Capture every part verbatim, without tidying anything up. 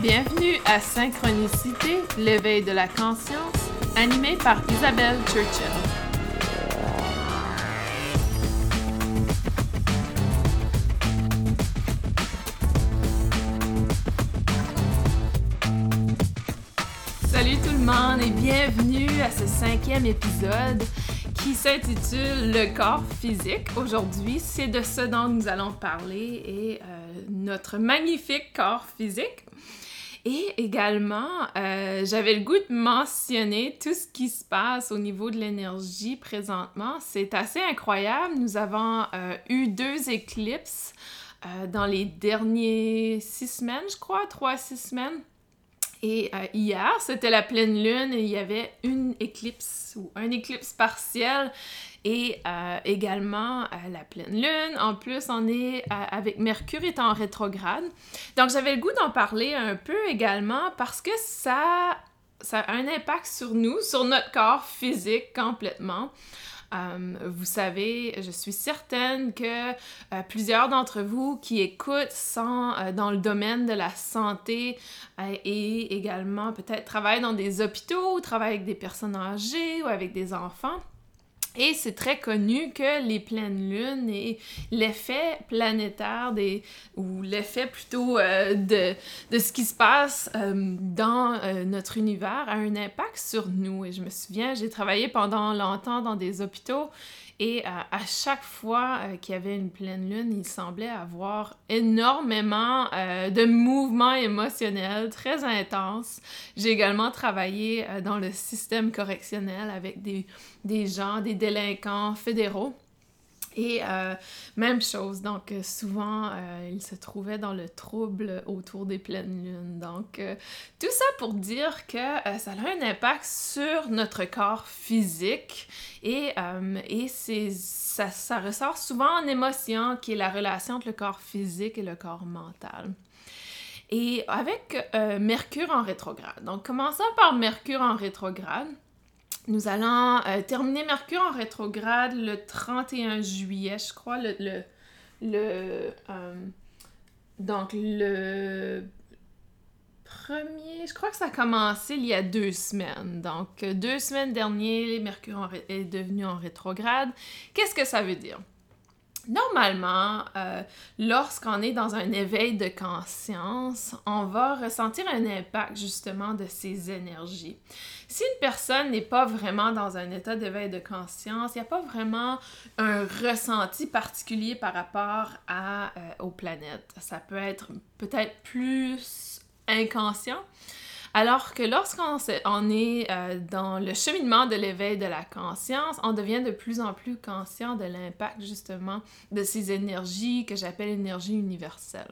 Bienvenue à Synchronicité, l'éveil de la conscience, animé par Isabelle Churchill. Salut tout le monde et bienvenue à ce cinquième épisode qui s'intitule Le corps physique. Aujourd'hui, c'est de ce dont nous allons parler et euh, notre magnifique corps physique. Et également, euh, j'avais le goût de mentionner tout ce qui se passe au niveau de l'énergie présentement. C'est assez incroyable. Nous avons euh, eu deux éclipses euh, dans les dernières six semaines, je crois, trois à six semaines. Et euh, hier, c'était la pleine lune et il y avait une éclipse ou un éclipse partiel et euh, également euh, la pleine lune. En plus, on est euh, avec Mercure étant en rétrograde. Donc, j'avais le goût d'en parler un peu également parce que ça, ça a un impact sur nous, sur notre corps physique complètement. Um, vous savez, je suis certaine que euh, plusieurs d'entre vous qui écoutent sont euh, dans le domaine de la santé euh, et également peut-être travaillent dans des hôpitaux ou travaillent avec des personnes âgées ou avec des enfants. Et c'est très connu que les pleines lunes et l'effet planétaire des, ou l'effet plutôt euh, de, de ce qui se passe euh, dans euh, notre univers a un impact sur nous. Et je me souviens, j'ai travaillé pendant longtemps dans des hôpitaux et euh, à chaque fois euh, qu'il y avait une pleine lune, il semblait avoir énormément euh, de mouvements émotionnels très intenses. J'ai également travaillé euh, dans le système correctionnel avec des, des gens, des délinquants fédéraux. Et euh, même chose, donc euh, souvent, euh, ils se trouvaient dans le trouble autour des pleines lunes. Donc, euh, tout ça pour dire que euh, ça a un impact sur notre corps physique et, euh, et c'est, ça, ça ressort souvent en émotion, qui est la relation entre le corps physique et le corps mental. Et avec euh, Mercure en rétrograde. Donc, commençons par Mercure en rétrograde. Nous allons euh, terminer Mercure en rétrograde le trente et un juillet, je crois, le... le, le euh, donc, le premier... Je crois que ça a commencé il y a deux semaines. Donc, deux semaines dernières, Mercure en, est devenu en rétrograde. Qu'est-ce que ça veut dire? Normalement, euh, lorsqu'on est dans un éveil de conscience, on va ressentir un impact justement de ces énergies. Si une personne n'est pas vraiment dans un état d'éveil de conscience, il n'y a pas vraiment un ressenti particulier par rapport à, euh, aux planètes. Ça peut être peut-être plus inconscient. Alors que lorsqu'on on est euh, dans le cheminement de l'éveil de la conscience, on devient de plus en plus conscient de l'impact justement de ces énergies que j'appelle énergie universelle.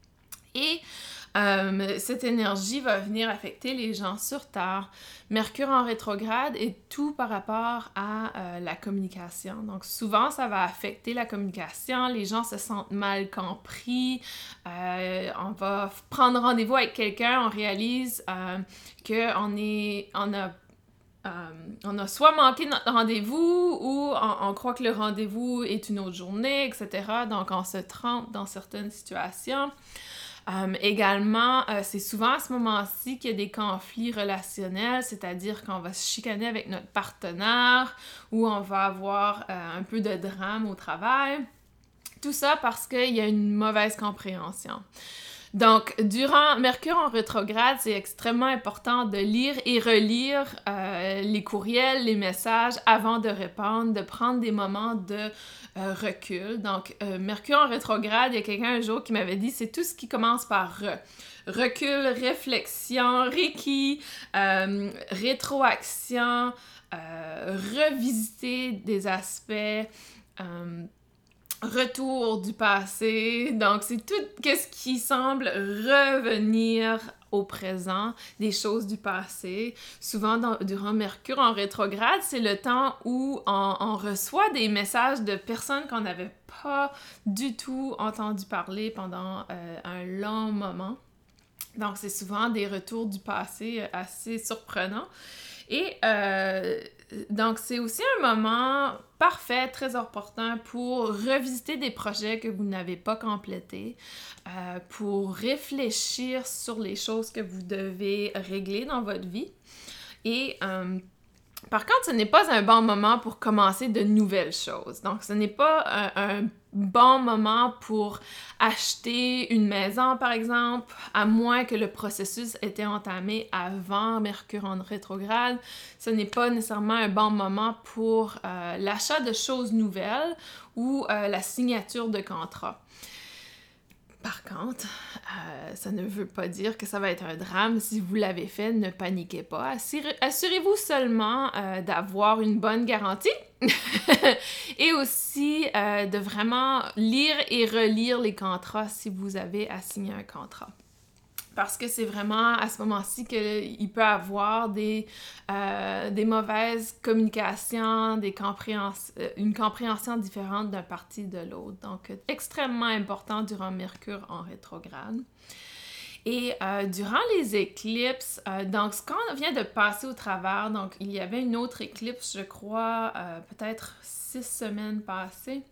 Et euh, cette énergie va venir affecter les gens sur Terre. Mercure en rétrograde et tout par rapport à euh, la communication. Donc souvent, ça va affecter la communication. Les gens se sentent mal compris. Euh, on va prendre rendez-vous avec quelqu'un, on réalise euh, qu'on est, on a Euh, on a soit manqué notre rendez-vous ou on, on croit que le rendez-vous est une autre journée, et cetera. Donc, on se trompe dans certaines situations. Euh, également, euh, c'est souvent à ce moment-ci qu'il y a des conflits relationnels, c'est-à-dire qu'on va se chicaner avec notre partenaire ou on va avoir euh, un peu de drame au travail. Tout ça parce qu'il y a une mauvaise compréhension. Donc, durant Mercure en rétrograde, c'est extrêmement important de lire et relire euh, les courriels, les messages avant de répondre, de prendre des moments de euh, recul. Donc, euh, Mercure en rétrograde, il y a quelqu'un un jour qui m'avait dit, c'est tout ce qui commence par re. Recul, réflexion, Reiki, euh, rétroaction, euh, revisiter des aspects... Euh, retour du passé, donc c'est tout ce qui semble revenir au présent, des choses du passé. Souvent, dans, durant Mercure en rétrograde, c'est le temps où on, on reçoit des messages de personnes qu'on n'avait pas du tout entendu parler pendant euh, un long moment. Donc, c'est souvent des retours du passé assez surprenants. Et euh, donc, c'est aussi un moment parfait, très opportun pour revisiter des projets que vous n'avez pas complétés, euh, pour réfléchir sur les choses que vous devez régler dans votre vie. Et euh, par contre, ce n'est pas un bon moment pour commencer de nouvelles choses. Donc, ce n'est pas un, un bon moment pour acheter une maison, par exemple, à moins que le processus ait été entamé avant Mercure en rétrograde. Ce n'est pas nécessairement un bon moment pour euh, l'achat de choses nouvelles ou euh, la signature de contrats. Par contre, euh, ça ne veut pas dire que ça va être un drame. Si vous l'avez fait, ne paniquez pas. Assurez- Assurez-vous seulement euh, d'avoir une bonne garantie et aussi euh, de vraiment lire et relire les contrats si vous avez à signer un contrat. Parce que c'est vraiment à ce moment-ci qu'il peut y avoir des, euh, des mauvaises communications, des compréhens- une compréhension différente d'un parti de l'autre. Donc, extrêmement important durant Mercure en rétrograde. Et euh, durant les éclipses, euh, donc ce qu'on vient de passer au travers, donc il y avait une autre éclipse, je crois, euh, peut-être six semaines passées.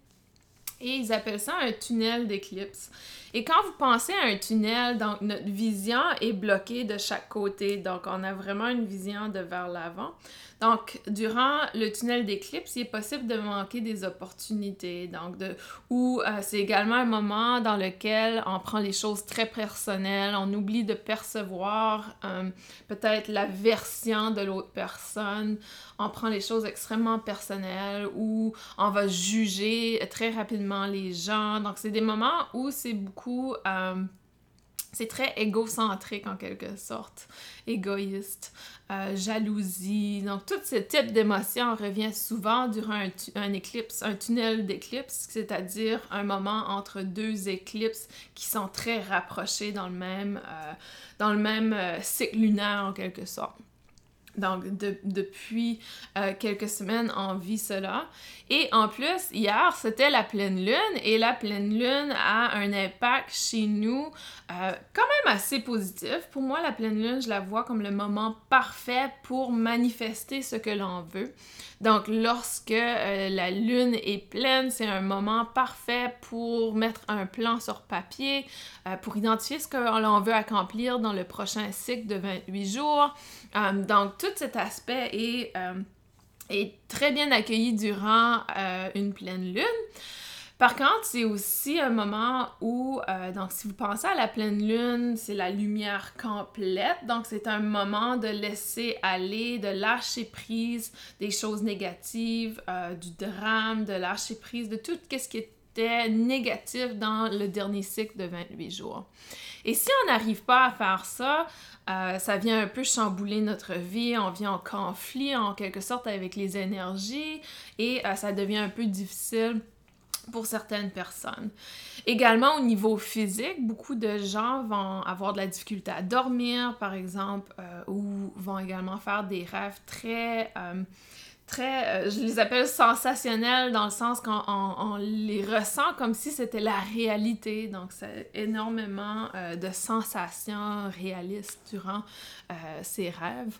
Et ils appellent ça un tunnel d'éclipse. Et quand vous pensez à un tunnel, donc notre vision est bloquée de chaque côté. Donc, on a vraiment une vision de vers l'avant. Donc, durant le tunnel d'éclipse, il est possible de manquer des opportunités. Donc, de, ou euh, c'est également un moment dans lequel on prend les choses très personnelles. On oublie de percevoir euh, peut-être la version de l'autre personne. On prend les choses extrêmement personnelles ou on va juger très rapidement les gens. Donc, c'est des moments où c'est beaucoup... Euh, c'est très égocentrique en quelque sorte, égoïste, euh, jalousie. Donc, tout ce type d'émotion revient souvent durant un, tu- un éclipse, un tunnel d'éclipse, c'est-à-dire un moment entre deux éclipses qui sont très rapprochés dans le même, euh, dans le même euh, cycle lunaire en quelque sorte. Donc, de, depuis euh, quelques semaines, on vit cela. Et en plus, hier, c'était la pleine lune, et la pleine lune a un impact chez nous euh, quand même assez positif. Pour moi, la pleine lune, je la vois comme le moment parfait pour manifester ce que l'on veut. Donc, lorsque euh, la lune est pleine, c'est un moment parfait pour mettre un plan sur papier, euh, pour identifier ce que l'on veut accomplir dans le prochain cycle de vingt-huit jours. Euh, donc, tout cet aspect est, euh, est très bien accueilli durant euh, une pleine lune. Par contre, c'est aussi un moment où, euh, donc si vous pensez à la pleine lune, c'est la lumière complète, donc c'est un moment de laisser aller, de lâcher prise des choses négatives, euh, du drame, de lâcher prise de tout ce qui était négatif dans le dernier cycle de vingt-huit jours. Et si on n'arrive pas à faire ça, euh, ça vient un peu chambouler notre vie, on vient en conflit en quelque sorte avec les énergies et euh, ça devient un peu difficile pour certaines personnes. Également, au niveau physique, beaucoup de gens vont avoir de la difficulté à dormir, par exemple, euh, ou vont également faire des rêves très... Euh, très, euh, je les appelle sensationnels dans le sens qu'on on, on les ressent comme si c'était la réalité. Donc, c'est énormément euh, de sensations réalistes durant euh, ces rêves.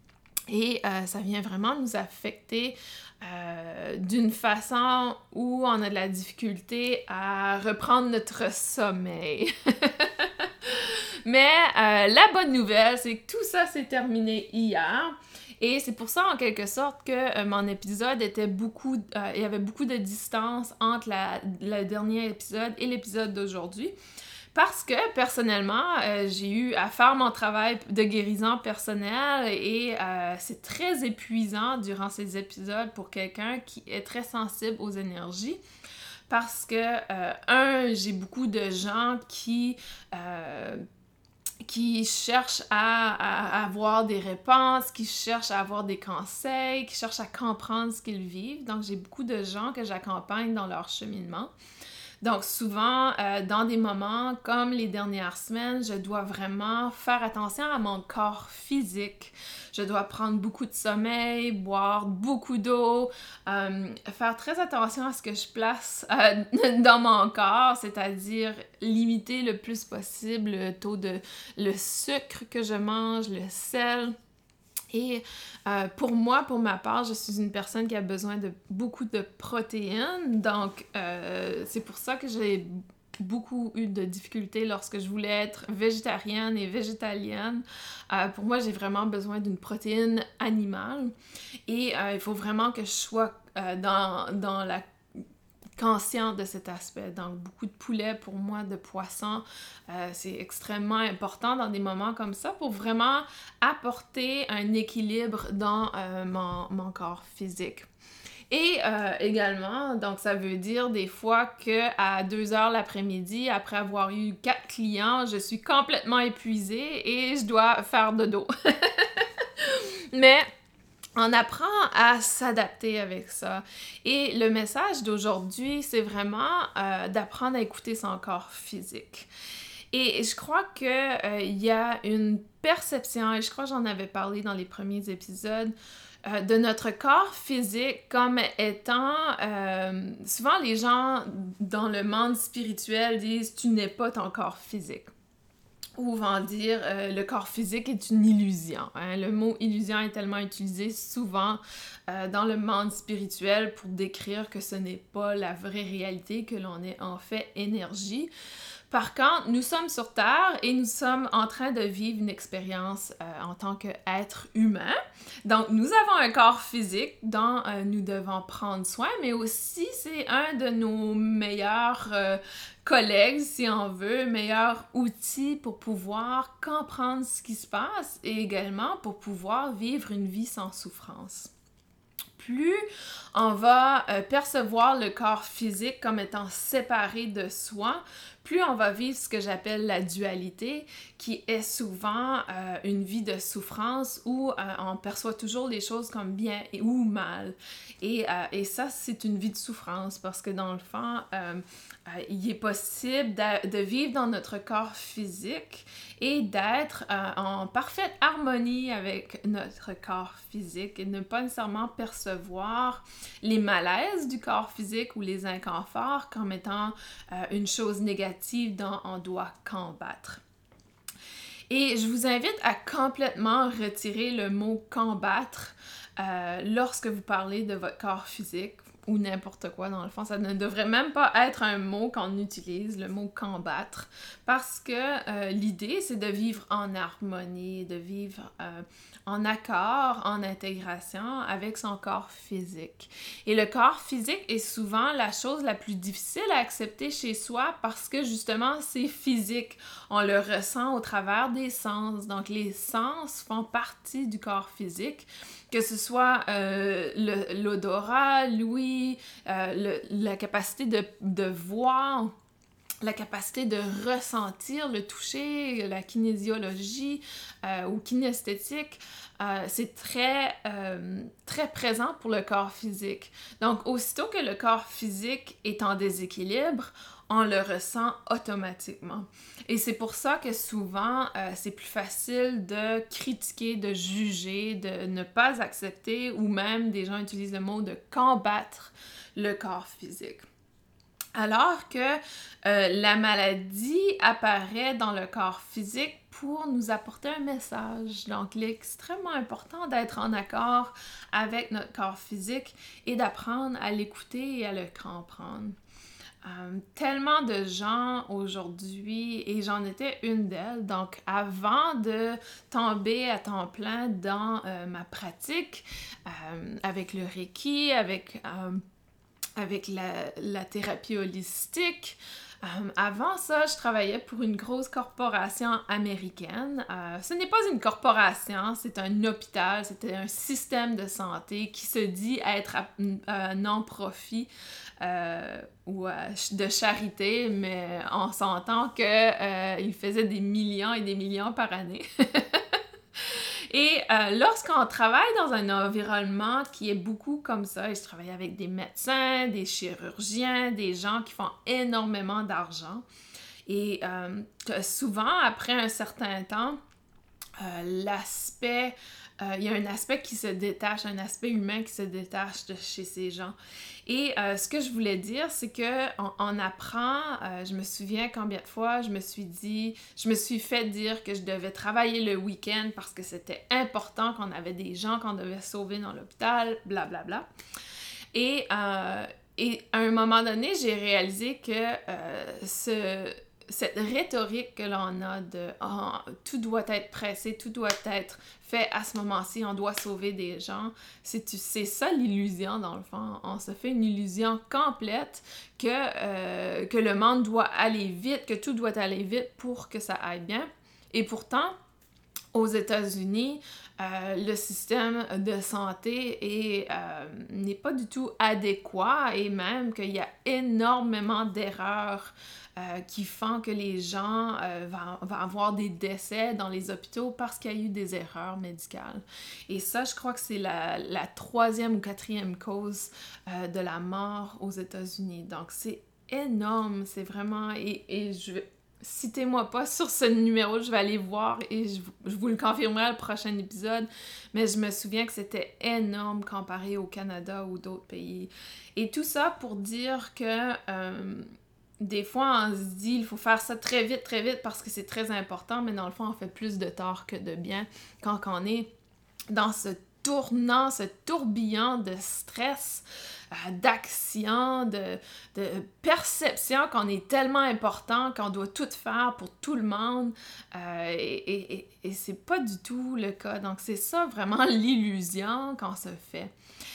Et euh, ça vient vraiment nous affecter euh, d'une façon où on a de la difficulté à reprendre notre sommeil. Mais euh, la bonne nouvelle, c'est que tout ça s'est terminé hier. Et c'est pour ça, en quelque sorte, que euh, mon épisode était beaucoup... Euh, il y avait beaucoup de distance entre la, le dernier épisode et l'épisode d'aujourd'hui. Parce que, personnellement, euh, j'ai eu à faire mon travail de guérison personnelle et euh, c'est très épuisant durant ces épisodes pour quelqu'un qui est très sensible aux énergies. Parce que, euh, un, j'ai beaucoup de gens qui... Euh, qui cherchent à, à, à avoir des réponses, qui cherchent à avoir des conseils, qui cherchent à comprendre ce qu'ils vivent. Donc, j'ai beaucoup de gens que j'accompagne dans leur cheminement. Donc, souvent, euh, dans des moments comme les dernières semaines, je dois vraiment faire attention à mon corps physique. Je dois prendre beaucoup de sommeil, boire beaucoup d'eau, euh, faire très attention à ce que je place euh, dans mon corps, c'est-à-dire limiter le plus possible le taux de le sucre que je mange, le sel. Et euh, pour moi, pour ma part, je suis une personne qui a besoin de beaucoup de protéines. Donc, euh, c'est pour ça que j'ai beaucoup eu de difficultés lorsque je voulais être végétarienne et végétalienne. Euh, pour moi, j'ai vraiment besoin d'une protéine animale. Et euh, il faut vraiment que je sois euh, dans, dans la consciente de cet aspect. Donc, beaucoup de poulet pour moi, de poisson, euh, c'est extrêmement important dans des moments comme ça pour vraiment apporter un équilibre dans euh, mon, mon corps physique. Et euh, également, donc ça veut dire des fois qu'à deux heures l'après-midi, après avoir eu quatre clients, je suis complètement épuisée et je dois faire dodo. Mais on apprend à s'adapter avec ça. Et le message d'aujourd'hui, c'est vraiment euh, d'apprendre à écouter son corps physique. Et je crois qu'il euh, y a une perception, et je crois que j'en avais parlé dans les premiers épisodes, euh, de notre corps physique comme étant... Euh, souvent, les gens dans le monde spirituel disent « tu n'es pas ton corps physique ». Ou vont dire euh, le corps physique est une illusion. Hein? Le mot illusion est tellement utilisé souvent euh, dans le monde spirituel pour décrire que ce n'est pas la vraie réalité, que l'on est en fait énergie. Par contre, nous sommes sur Terre et nous sommes en train de vivre une expérience euh, en tant qu'être humain. Donc, nous avons un corps physique dont euh, nous devons prendre soin, mais aussi c'est un de nos meilleurs euh, collègues, si on veut, meilleurs outils pour pouvoir comprendre ce qui se passe et également pour pouvoir vivre une vie sans souffrance. Plus on va euh, percevoir le corps physique comme étant séparé de soi, plus on va vivre ce que j'appelle la dualité, qui est souvent euh, une vie de souffrance où euh, on perçoit toujours les choses comme bien et, ou mal. Et, euh, et ça, c'est une vie de souffrance parce que dans le fond, euh, euh, il est possible de, de vivre dans notre corps physique et d'être euh, en parfaite harmonie avec notre corps physique et ne pas nécessairement percevoir les malaises du corps physique ou les inconforts comme étant euh, une chose négative dont on doit combattre. Et je vous invite à complètement retirer le mot « combattre » euh, lorsque vous parlez de votre corps physique ou n'importe quoi dans le fond. Ça ne devrait même pas être un mot qu'on utilise, le mot « combattre », parce que euh, l'idée, c'est de vivre en harmonie, de vivre euh, en accord, en intégration avec son corps physique. Et le corps physique est souvent la chose la plus difficile à accepter chez soi parce que justement, c'est physique. On le ressent au travers des sens. Donc, les sens font partie du corps physique. Que ce soit euh, le, l'odorat, l'ouïe, euh, le, la capacité de, de voir, la capacité de ressentir le toucher, la kinésiologie euh, ou kinesthétique, euh, c'est très, euh, très présent pour le corps physique. Donc, aussitôt que le corps physique est en déséquilibre, on le ressent automatiquement. Et c'est pour ça que souvent, euh, c'est plus facile de critiquer, de juger, de ne pas accepter, ou même des gens utilisent le mot de combattre le corps physique. Alors que euh, la maladie apparaît dans le corps physique pour nous apporter un message. Donc, il est extrêmement important d'être en accord avec notre corps physique et d'apprendre à l'écouter et à le comprendre. Euh, tellement de gens aujourd'hui, et j'en étais une d'elles, donc avant de tomber à temps plein dans euh, ma pratique euh, avec le Reiki, avec... Euh, avec la, la thérapie holistique. Euh, avant ça, je travaillais pour une grosse corporation américaine. Euh, ce n'est pas une corporation, c'est un hôpital, c'était un système de santé qui se dit être à, à non-profit euh, ou à, de charité, mais on s'entend qu'il euh, faisait des millions et des millions par année. Et euh, lorsqu'on travaille dans un environnement qui est beaucoup comme ça, et je travaille avec des médecins, des chirurgiens, des gens qui font énormément d'argent, et euh, souvent, après un certain temps, euh, l'aspect... Euh, il y a un aspect qui se détache, un aspect humain qui se détache de chez ces gens. Et euh, ce que je voulais dire, c'est que on, on apprend, euh, je me souviens combien de fois je me suis dit, je me suis fait dire que je devais travailler le week-end parce que c'était important, qu'on avait des gens qu'on devait sauver dans l'hôpital, blablabla. Et, euh, et à un moment donné, j'ai réalisé que euh, ce... cette rhétorique que l'on a de oh, tout doit être pressé, tout doit être fait à ce moment-ci, on doit sauver des gens, c'est, c'est ça l'illusion dans le fond. On se fait une illusion complète que, euh, que le monde doit aller vite, que tout doit aller vite pour que ça aille bien. Et pourtant, aux États-Unis, euh, le système de santé est, euh, n'est pas du tout adéquat et même qu'il y a énormément d'erreurs euh, qui font que les gens euh, vont, vont avoir des décès dans les hôpitaux parce qu'il y a eu des erreurs médicales. Et ça, je crois que c'est la, la troisième ou quatrième cause euh, de la mort aux États-Unis. Donc, c'est énorme, c'est vraiment... Et, et je citez-moi pas sur ce numéro, je vais aller voir et je, je vous le confirmerai au prochain épisode, mais je me souviens que c'était énorme comparé au Canada ou d'autres pays. Et tout ça pour dire que euh, des fois on se dit il faut faire ça très vite, très vite parce que c'est très important, mais dans le fond on fait plus de tort que de bien quand on est dans ce tournant, ce tourbillon de stress, euh, d'action, de, de perception qu'on est tellement important, qu'on doit tout faire pour tout le monde. Euh, et, et, et c'est pas du tout le cas. Donc, c'est ça vraiment l'illusion qu'on se fait.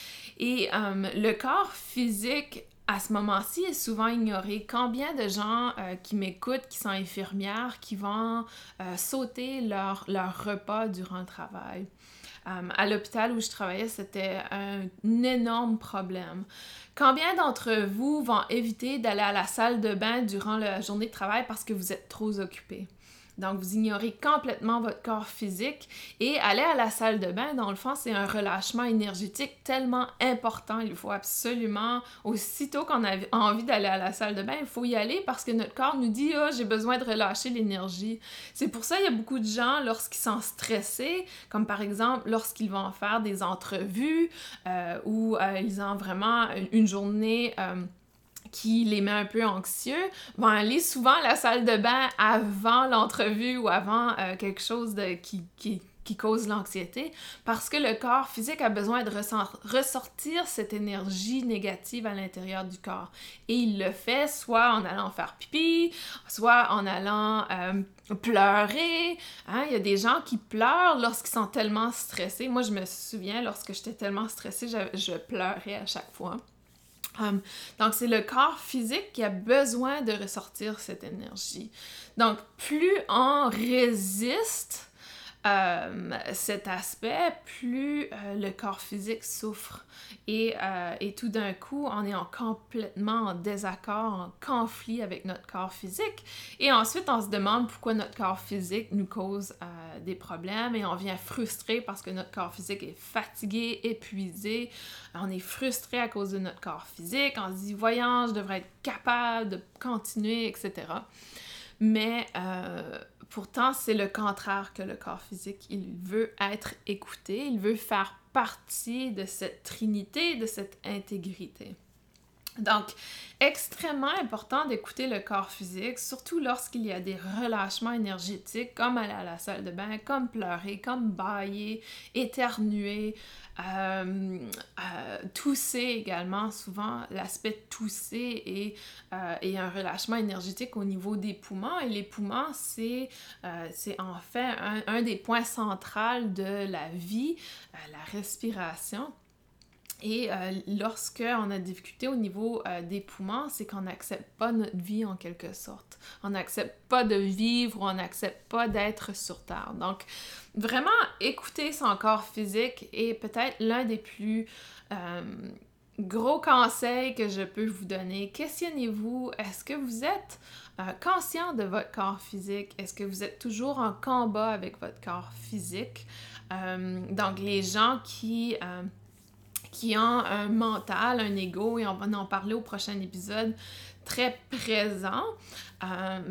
Et euh, le corps physique, à ce moment-ci, est souvent ignoré. Combien de gens euh, qui m'écoutent, qui sont infirmières, qui vont euh, sauter leur, leur repas durant le travail? Um, à l'hôpital où je travaillais, c'était un, un énorme problème. Combien d'entre vous vont éviter d'aller à la salle de bain durant la journée de travail parce que vous êtes trop occupés? Donc, vous ignorez complètement votre corps physique et aller à la salle de bain, dans le fond, c'est un relâchement énergétique tellement important. Il faut absolument, aussitôt qu'on a envie d'aller à la salle de bain, il faut y aller parce que notre corps nous dit « Ah, oh, j'ai besoin de relâcher l'énergie ». C'est pour ça qu'il y a beaucoup de gens, lorsqu'ils sont stressés, comme par exemple lorsqu'ils vont faire des entrevues euh, ou euh, ils ont vraiment une journée... Euh, qui les met un peu anxieux, vont aller souvent à la salle de bain avant l'entrevue ou avant euh, quelque chose de, qui, qui, qui cause l'anxiété, parce que le corps physique a besoin de ressort- ressortir cette énergie négative à l'intérieur du corps. Et il le fait soit en allant faire pipi, soit en allant euh, pleurer. Hein? Il y a des gens qui pleurent lorsqu'ils sont tellement stressés. Moi, je me souviens, lorsque j'étais tellement stressée, je, je pleurais à chaque fois. Um, donc, c'est le corps physique qui a besoin de ressortir cette énergie. Donc, plus on résiste euh, cet aspect, plus euh, le corps physique souffre. Et, euh, et tout d'un coup, on est en complètement en désaccord, en conflit avec notre corps physique. Et ensuite, on se demande pourquoi notre corps physique nous cause euh, des problèmes et on vient frustré parce que notre corps physique est fatigué, épuisé. On est frustré à cause de notre corps physique. On se dit, voyons, je devrais être capable de continuer, et cetera. Mais euh, pourtant, c'est le contraire que le corps physique. Il veut être écouté, il veut faire partie de cette trinité, de cette intégrité. Donc, extrêmement important d'écouter le corps physique, surtout lorsqu'il y a des relâchements énergétiques, comme aller à la salle de bain, comme pleurer, comme bâiller, éternuer, euh, euh, tousser également. Souvent, l'aspect tousser est, euh, est un relâchement énergétique au niveau des poumons. Et les poumons, c'est, euh, c'est en fait un, un des points centraux de la vie, euh, la respiration. Et euh, lorsqu'on a des difficultés au niveau euh, des poumons, c'est qu'on n'accepte pas notre vie en quelque sorte. On n'accepte pas de vivre, on n'accepte pas d'être sur Terre. Donc, vraiment, écouter son corps physique est peut-être l'un des plus euh, gros conseils que je peux vous donner. Questionnez-vous, est-ce que vous êtes euh, conscient de votre corps physique? Est-ce que vous êtes toujours en combat avec votre corps physique? Euh, donc, les gens qui... Euh, qui ont un mental, un ego, et on va en parler au prochain épisode, très présent, euh,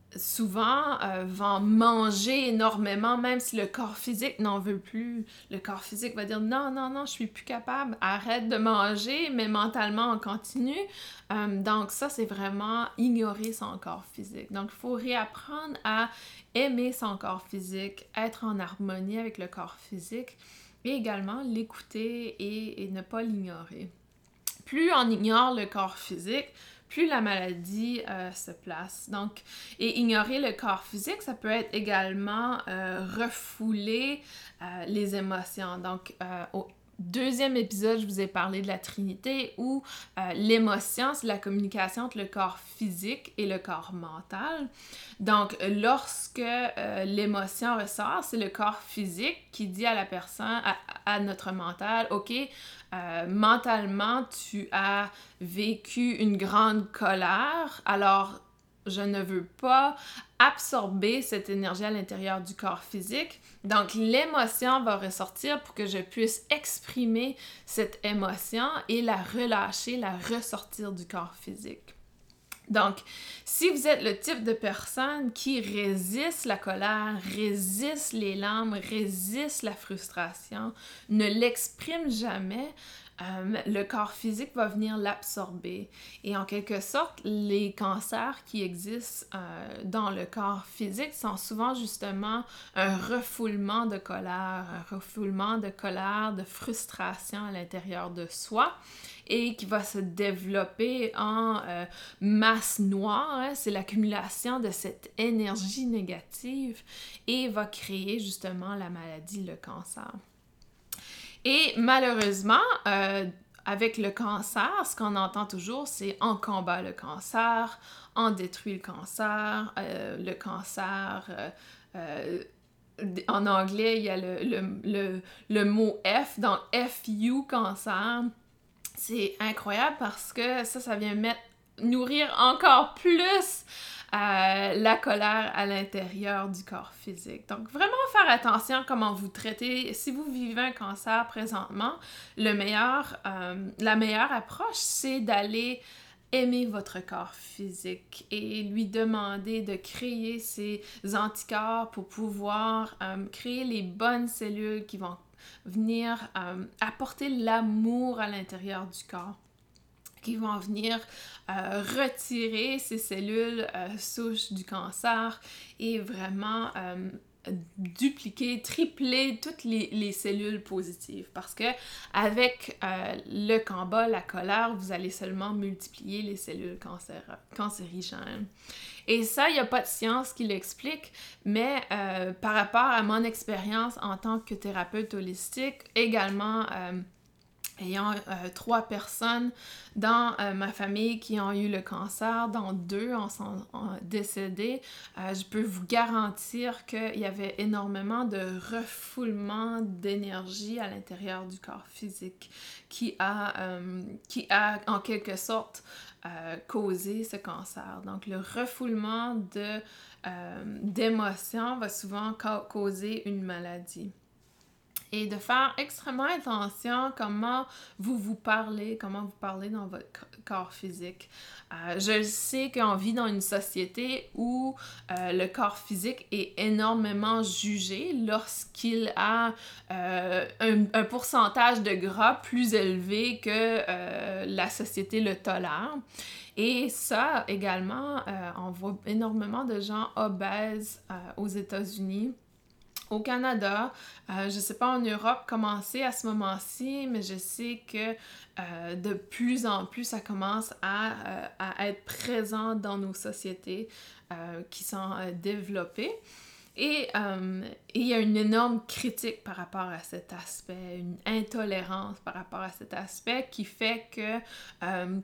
souvent euh, vont manger énormément, même si le corps physique n'en veut plus. Le corps physique va dire non, non, non, je suis plus capable, arrête de manger, mais mentalement on continue. Euh, donc ça, c'est vraiment ignorer son corps physique. Donc il faut réapprendre à aimer son corps physique, être en harmonie avec le corps physique et également l'écouter et, et ne pas l'ignorer. Plus on ignore le corps physique, plus la maladie euh, se place. Donc, et ignorer le corps physique, ça peut être également euh, refouler euh, les émotions. Donc, euh, au deuxième épisode, je vous ai parlé de la Trinité où euh, l'émotion, c'est la communication entre le corps physique et le corps mental. Donc, lorsque euh, l'émotion ressort, c'est le corps physique qui dit à la personne, à, à notre mental, « Ok, euh, mentalement, tu as vécu une grande colère, alors je ne veux pas absorber cette énergie à l'intérieur du corps physique. Donc, l'émotion va ressortir pour que je puisse exprimer cette émotion et la relâcher, la ressortir du corps physique. » Donc, si vous êtes le type de personne qui résiste la colère, résiste les larmes, résiste la frustration, ne l'exprime jamais, euh, le corps physique va venir l'absorber. Et en quelque sorte, les cancers qui existent euh, dans le corps physique sont souvent justement un refoulement de colère, un refoulement de colère, de frustration à l'intérieur de soi, et qui va se développer en euh, masse noire. Hein? C'est l'accumulation de cette énergie négative et va créer justement la maladie, le cancer. Et malheureusement, euh, avec le cancer, ce qu'on entend toujours, c'est « on combat le cancer »,« on détruit le cancer euh, »,« le cancer euh, euh, ». En anglais, il y a le, le, le, le mot « F », donc « F U », cancer. C'est incroyable parce que ça, ça vient mettre, nourrir encore plus euh, la colère à l'intérieur du corps physique. Donc, vraiment faire attention à comment vous traitez. Si vous vivez un cancer présentement, le meilleur, euh, la meilleure approche, c'est d'aller aimer votre corps physique et lui demander de créer ces anticorps pour pouvoir euh, créer les bonnes cellules qui vont venir euh, apporter l'amour à l'intérieur du corps, qui vont venir euh, retirer ces cellules euh, souches du cancer et vraiment euh, dupliquer, tripler toutes les, les cellules positives. Parce que avec euh, le combat, la colère, vous allez seulement multiplier les cellules cancér- cancérigènes. Et ça, il n'y a pas de science qui l'explique, mais euh, par rapport à mon expérience en tant que thérapeute holistique, également euh, ayant euh, trois personnes dans euh, ma famille qui ont eu le cancer, dont deux en sont en décédés, euh, je peux vous garantir qu'il y avait énormément de refoulement d'énergie à l'intérieur du corps physique qui a, euh, qui a en quelque sorte euh, causé ce cancer. Donc le refoulement de, euh, d'émotions va souvent ca- causer une maladie. Et de faire extrêmement attention comment vous vous parlez, comment vous parlez dans votre corps physique. Euh, je sais qu'on vit dans une société où euh, le corps physique est énormément jugé lorsqu'il a euh, un, un pourcentage de gras plus élevé que euh, la société le tolère. Et ça, également, euh, on voit énormément de gens obèses euh, aux États-Unis. Au Canada, euh, je ne sais pas en Europe comment c'est à ce moment-ci, mais je sais que euh, de plus en plus, ça commence à, euh, à être présent dans nos sociétés euh, qui sont euh, développées. Et euh, il y a une énorme critique par rapport à cet aspect, une intolérance par rapport à cet aspect qui fait que euh,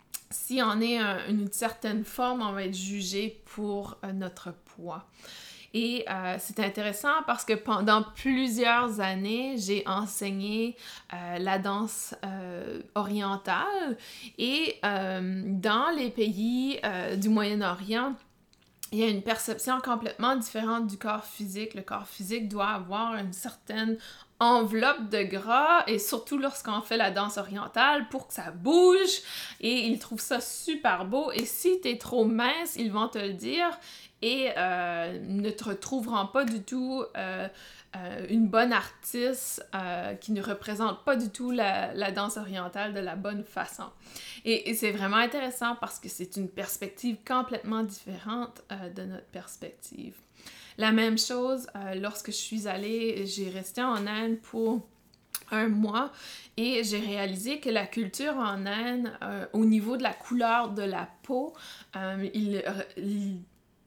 si on est un, une certaine forme, on va être jugé pour euh, notre poids. Et euh, c'est intéressant parce que pendant plusieurs années, j'ai enseigné euh, la danse euh, orientale et euh, dans les pays euh, du Moyen-Orient, il y a une perception complètement différente du corps physique. Le corps physique doit avoir une certaine enveloppe de gras et surtout lorsqu'on fait la danse orientale pour que ça bouge et ils trouvent ça super beau et si t'es trop mince, ils vont te le dire et euh, ne te retrouveront pas du tout euh, euh, une bonne artiste euh, qui ne représente pas du tout la, la danse orientale de la bonne façon. Et, et c'est vraiment intéressant parce que c'est une perspective complètement différente euh, de notre perspective. La même chose, euh, lorsque je suis allée, j'ai resté en Inde pour un mois et j'ai réalisé que la culture en Inde, euh, au niveau de la couleur de la peau, euh, il, euh, il,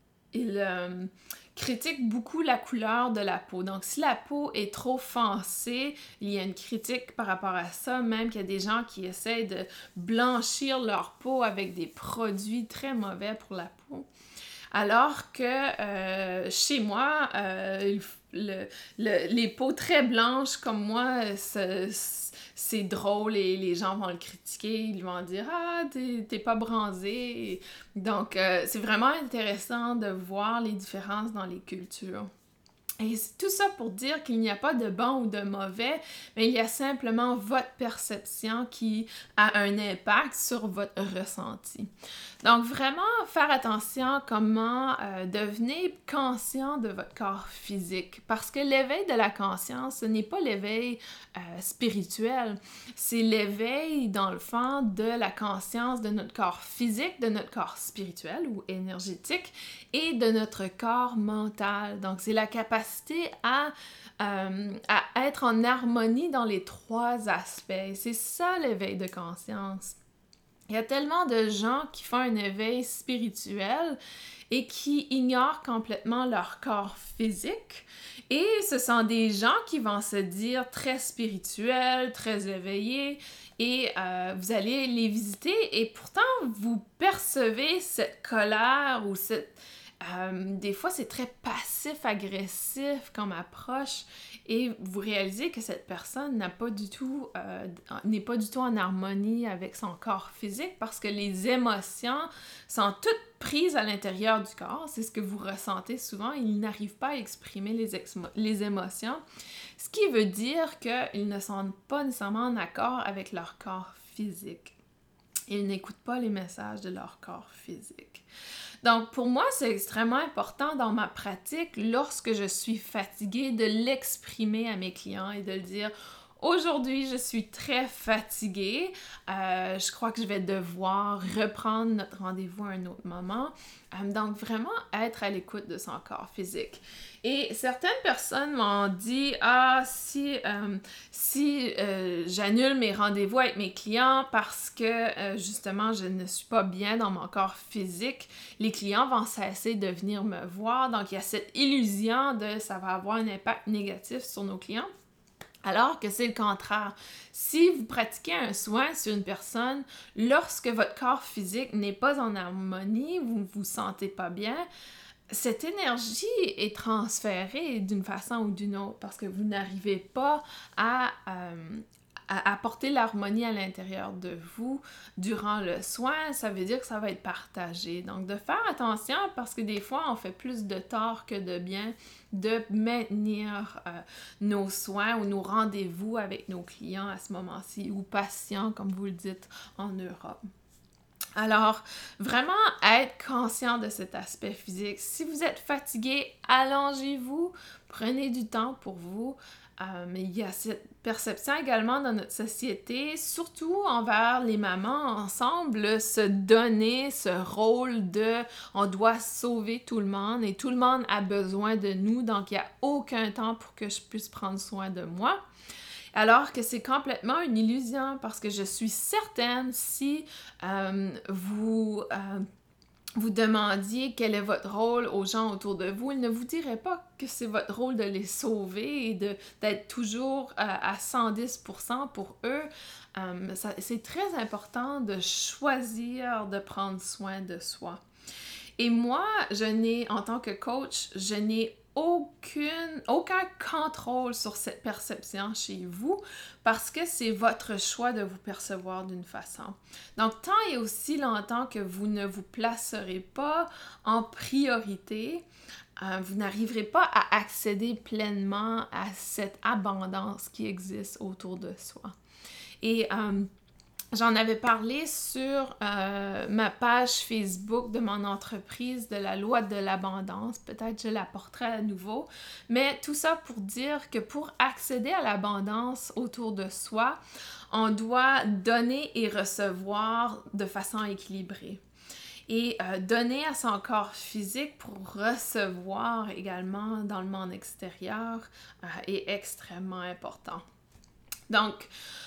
il euh, critique beaucoup la couleur de la peau. Donc, si la peau est trop foncée, il y a une critique par rapport à ça, même qu'il y a des gens qui essaient de blanchir leur peau avec des produits très mauvais pour la peau. Alors que euh, chez moi, euh, le, le, les peaux très blanches comme moi, c'est, c'est drôle et les gens vont le critiquer, ils vont dire « Ah, t'es, t'es pas bronzé ». Donc, euh, c'est vraiment intéressant de voir les différences dans les cultures. Et c'est tout ça pour dire qu'il n'y a pas de bon ou de mauvais, mais il y a simplement votre perception qui a un impact sur votre ressenti. Donc vraiment, faire attention à comment euh, devenir conscient de votre corps physique. Parce que l'éveil de la conscience, ce n'est pas l'éveil euh, spirituel, c'est l'éveil, dans le fond, de la conscience de notre corps physique, de notre corps spirituel ou énergétique et de notre corps mental. Donc c'est la capacité À, euh, à être en harmonie dans les trois aspects. C'est ça l'éveil de conscience. Il y a tellement de gens qui font un éveil spirituel et qui ignorent complètement leur corps physique. Et ce sont des gens qui vont se dire très spirituels, très éveillés, et euh, vous allez les visiter et pourtant vous percevez cette colère ou cette... Euh, des fois, c'est très passif-agressif comme approche et vous réalisez que cette personne n'a pas du tout, euh, n'est pas du tout en harmonie avec son corps physique parce que les émotions sont toutes prises à l'intérieur du corps. C'est ce que vous ressentez souvent. Ils n'arrivent pas à exprimer les, exmo- les émotions, ce qui veut dire qu'ils ne sont pas nécessairement en accord avec leur corps physique. Ils n'écoutent pas les messages de leur corps physique. Donc, pour moi, c'est extrêmement important dans ma pratique, lorsque je suis fatiguée, de l'exprimer à mes clients et de le dire « Aujourd'hui, je suis très fatiguée. Euh, je crois que je vais devoir reprendre notre rendez-vous à un autre moment. Euh, » Donc, vraiment être à l'écoute de son corps physique. Et certaines personnes m'ont dit « Ah, si, euh, si euh, j'annule mes rendez-vous avec mes clients parce que, euh, justement, je ne suis pas bien dans mon corps physique, les clients vont cesser de venir me voir. » Donc, il y a cette illusion de « ça va avoir un impact négatif sur nos clients ». Alors que c'est le contraire. Si vous pratiquez un soin sur une personne, lorsque votre corps physique n'est pas en harmonie, vous ne vous sentez pas bien, cette énergie est transférée d'une façon ou d'une autre parce que vous n'arrivez pas à, euh, à apporter l'harmonie à l'intérieur de vous durant le soin. Ça veut dire que ça va être partagé. Donc, de faire attention parce que des fois, on fait plus de tort que de bien de maintenir euh, nos soins ou nos rendez-vous avec nos clients à ce moment-ci ou patients, comme vous le dites en Europe. Alors, vraiment être conscient de cet aspect physique. Si vous êtes fatigué, allongez-vous, prenez du temps pour vous. Euh, mais il y a cette perception également dans notre société, surtout envers les mamans, ensemble, se donner ce rôle de « on doit sauver tout le monde et tout le monde a besoin de nous, donc il n'y a aucun temps pour que je puisse prendre soin de moi ». Alors que c'est complètement une illusion parce que je suis certaine si euh, vous, euh, vous demandiez quel est votre rôle aux gens autour de vous, ils ne vous diraient pas que c'est votre rôle de les sauver et de, d'être toujours euh, à cent dix pour cent pour eux. Euh, ça, c'est très important de choisir de prendre soin de soi. Et moi, je n'ai, en tant que coach, je n'ai Aucune, aucun contrôle sur cette perception chez vous parce que c'est votre choix de vous percevoir d'une façon. Donc, tant et aussi longtemps que vous ne vous placerez pas en priorité, euh, vous n'arriverez pas à accéder pleinement à cette abondance qui existe autour de soi. Et euh, J'en avais parlé sur euh, ma page Facebook de mon entreprise de la loi de l'abondance. Peut-être je la porterai à nouveau. Mais tout ça pour dire que pour accéder à l'abondance autour de soi, on doit donner et recevoir de façon équilibrée. Et euh, donner à son corps physique pour recevoir également dans le monde extérieur euh, est extrêmement important. Donc,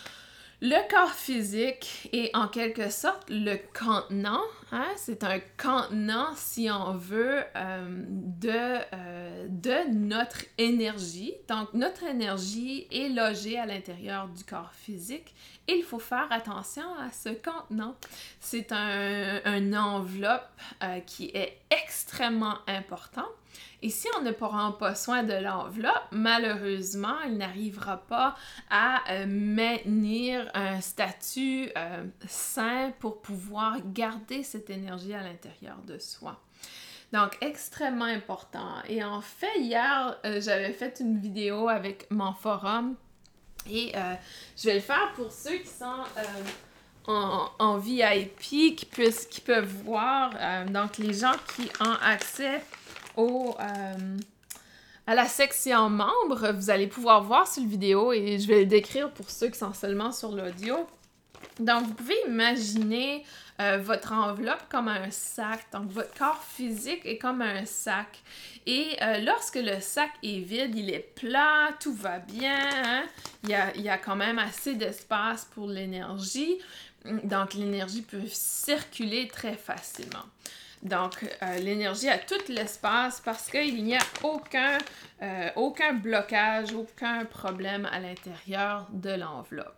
le corps physique est en quelque sorte le contenant, hein? C'est un contenant, si on veut, euh, de, euh, de notre énergie. Donc, notre énergie est logée à l'intérieur du corps physique et il faut faire attention à ce contenant. C'est un, une enveloppe euh, qui est extrêmement importante. Et si on ne prend pas soin de l'enveloppe, malheureusement, il n'arrivera pas à euh, maintenir un statut euh, sain pour pouvoir garder cette énergie à l'intérieur de soi. Donc, extrêmement important. Et en fait, hier, euh, j'avais fait une vidéo avec mon forum et euh, je vais le faire pour ceux qui sont euh, en, en V I P, qui, puissent, qui peuvent voir, euh, donc les gens qui ont accès Au, euh, à la section membres, vous allez pouvoir voir sur la vidéo et je vais le décrire pour ceux qui sont seulement sur l'audio. Donc, vous pouvez imaginer euh, votre enveloppe comme un sac. Donc, votre corps physique est comme un sac. Et euh, lorsque le sac est vide, il est plat, tout va bien, hein? il, y a, il y a quand même assez d'espace pour l'énergie. Donc, l'énergie peut circuler très facilement. Donc, euh, l'énergie a tout l'espace parce qu'il n'y a aucun, euh, aucun blocage, aucun problème à l'intérieur de l'enveloppe.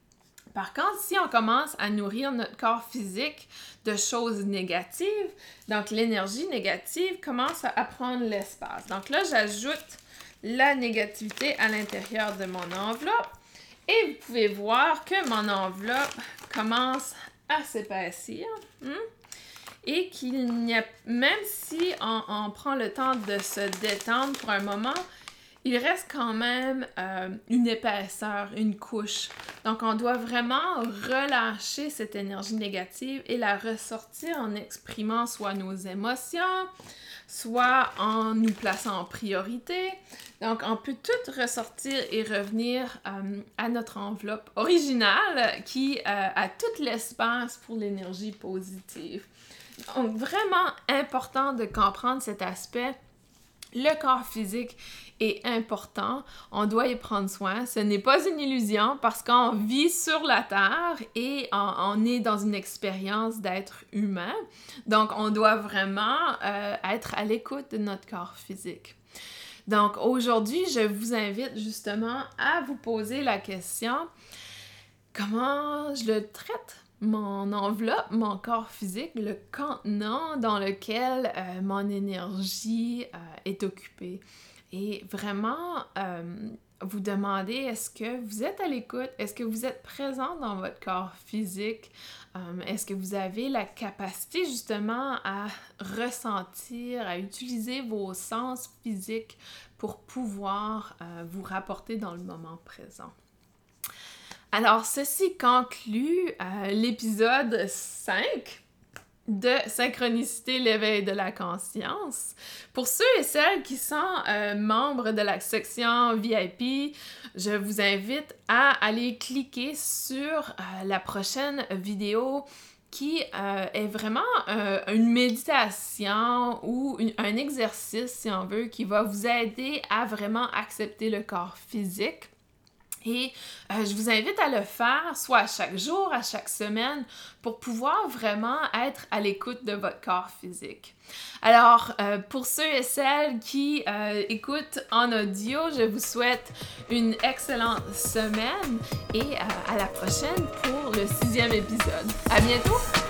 Par contre, si on commence à nourrir notre corps physique de choses négatives, donc l'énergie négative commence à prendre l'espace. Donc là, j'ajoute la négativité à l'intérieur de mon enveloppe et vous pouvez voir que mon enveloppe commence à s'épaissir. Hmm? Et qu'il n'y a, même si on, on prend le temps de se détendre pour un moment, il reste quand même euh, une épaisseur, une couche. Donc, on doit vraiment relâcher cette énergie négative et la ressortir en exprimant soit nos émotions, soit en nous plaçant en priorité. Donc, on peut tout ressortir et revenir euh, à notre enveloppe originale qui euh, a tout l'espace pour l'énergie positive. Donc, vraiment important de comprendre cet aspect. Le corps physique est important, on doit y prendre soin. Ce n'est pas une illusion parce qu'on vit sur la Terre et on, on est dans une expérience d'être humain. Donc, on doit vraiment euh, être à l'écoute de notre corps physique. Donc, aujourd'hui, je vous invite justement à vous poser la question, comment je le traite? Mon enveloppe, mon corps physique, le contenant dans lequel euh, mon énergie euh, est occupée. Et vraiment, euh, vous demandez, est-ce que vous êtes à l'écoute? Est-ce que vous êtes présent dans votre corps physique? Euh, est-ce que vous avez la capacité justement à ressentir, à utiliser vos sens physiques pour pouvoir euh, vous rapporter dans le moment présent? Alors, ceci conclut euh, l'épisode cinq de Synchronicité, l'éveil de la conscience. Pour ceux et celles qui sont euh, membres de la section V I P, je vous invite à aller cliquer sur euh, la prochaine vidéo qui euh, est vraiment euh, une méditation ou une, un exercice, si on veut, qui va vous aider à vraiment accepter le corps physique. Et euh, je vous invite à le faire, soit à chaque jour, à chaque semaine, pour pouvoir vraiment être à l'écoute de votre corps physique. Alors, euh, pour ceux et celles qui euh, écoutent en audio, je vous souhaite une excellente semaine et euh, à la prochaine pour le sixième épisode. À bientôt!